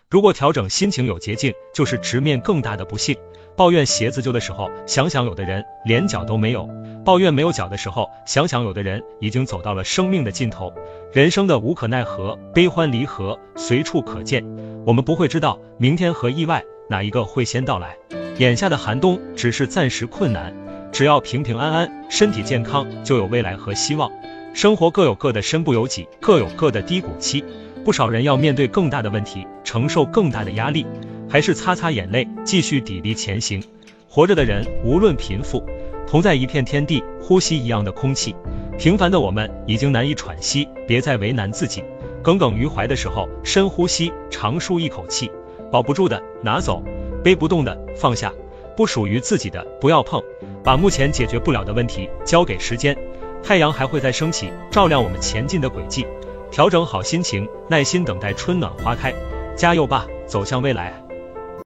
如果调整心情有捷径，就是直面更大的不幸。抱怨鞋子旧的时候，想想有的人连脚都没有；抱怨没有脚的时候，想想有的人已经走到了生命的尽头。人生的无可奈何，悲欢离合随处可见。我们不会知道明天和意外哪一个会先到来。眼下的寒冬只是暂时困难，只要平平安安，身体健康，就有未来和希望。生活各有各的身不由己，各有各的低谷期。不少人要面对更大的问题，承受更大的压力，还是擦擦眼泪，继续砥砺前行。活着的人无论贫富，同在一片天地，呼吸一样的空气。平凡的我们已经难以喘息，别再为难自己。耿耿于怀的时候，深呼吸，长舒一口气。保不住的拿走，背不动的放下，不属于自己的不要碰。把目前解决不了的问题交给时间，太阳还会再升起，照亮我们前进的轨迹。调整好心情，耐心等待春暖花开。加油吧，走向未来。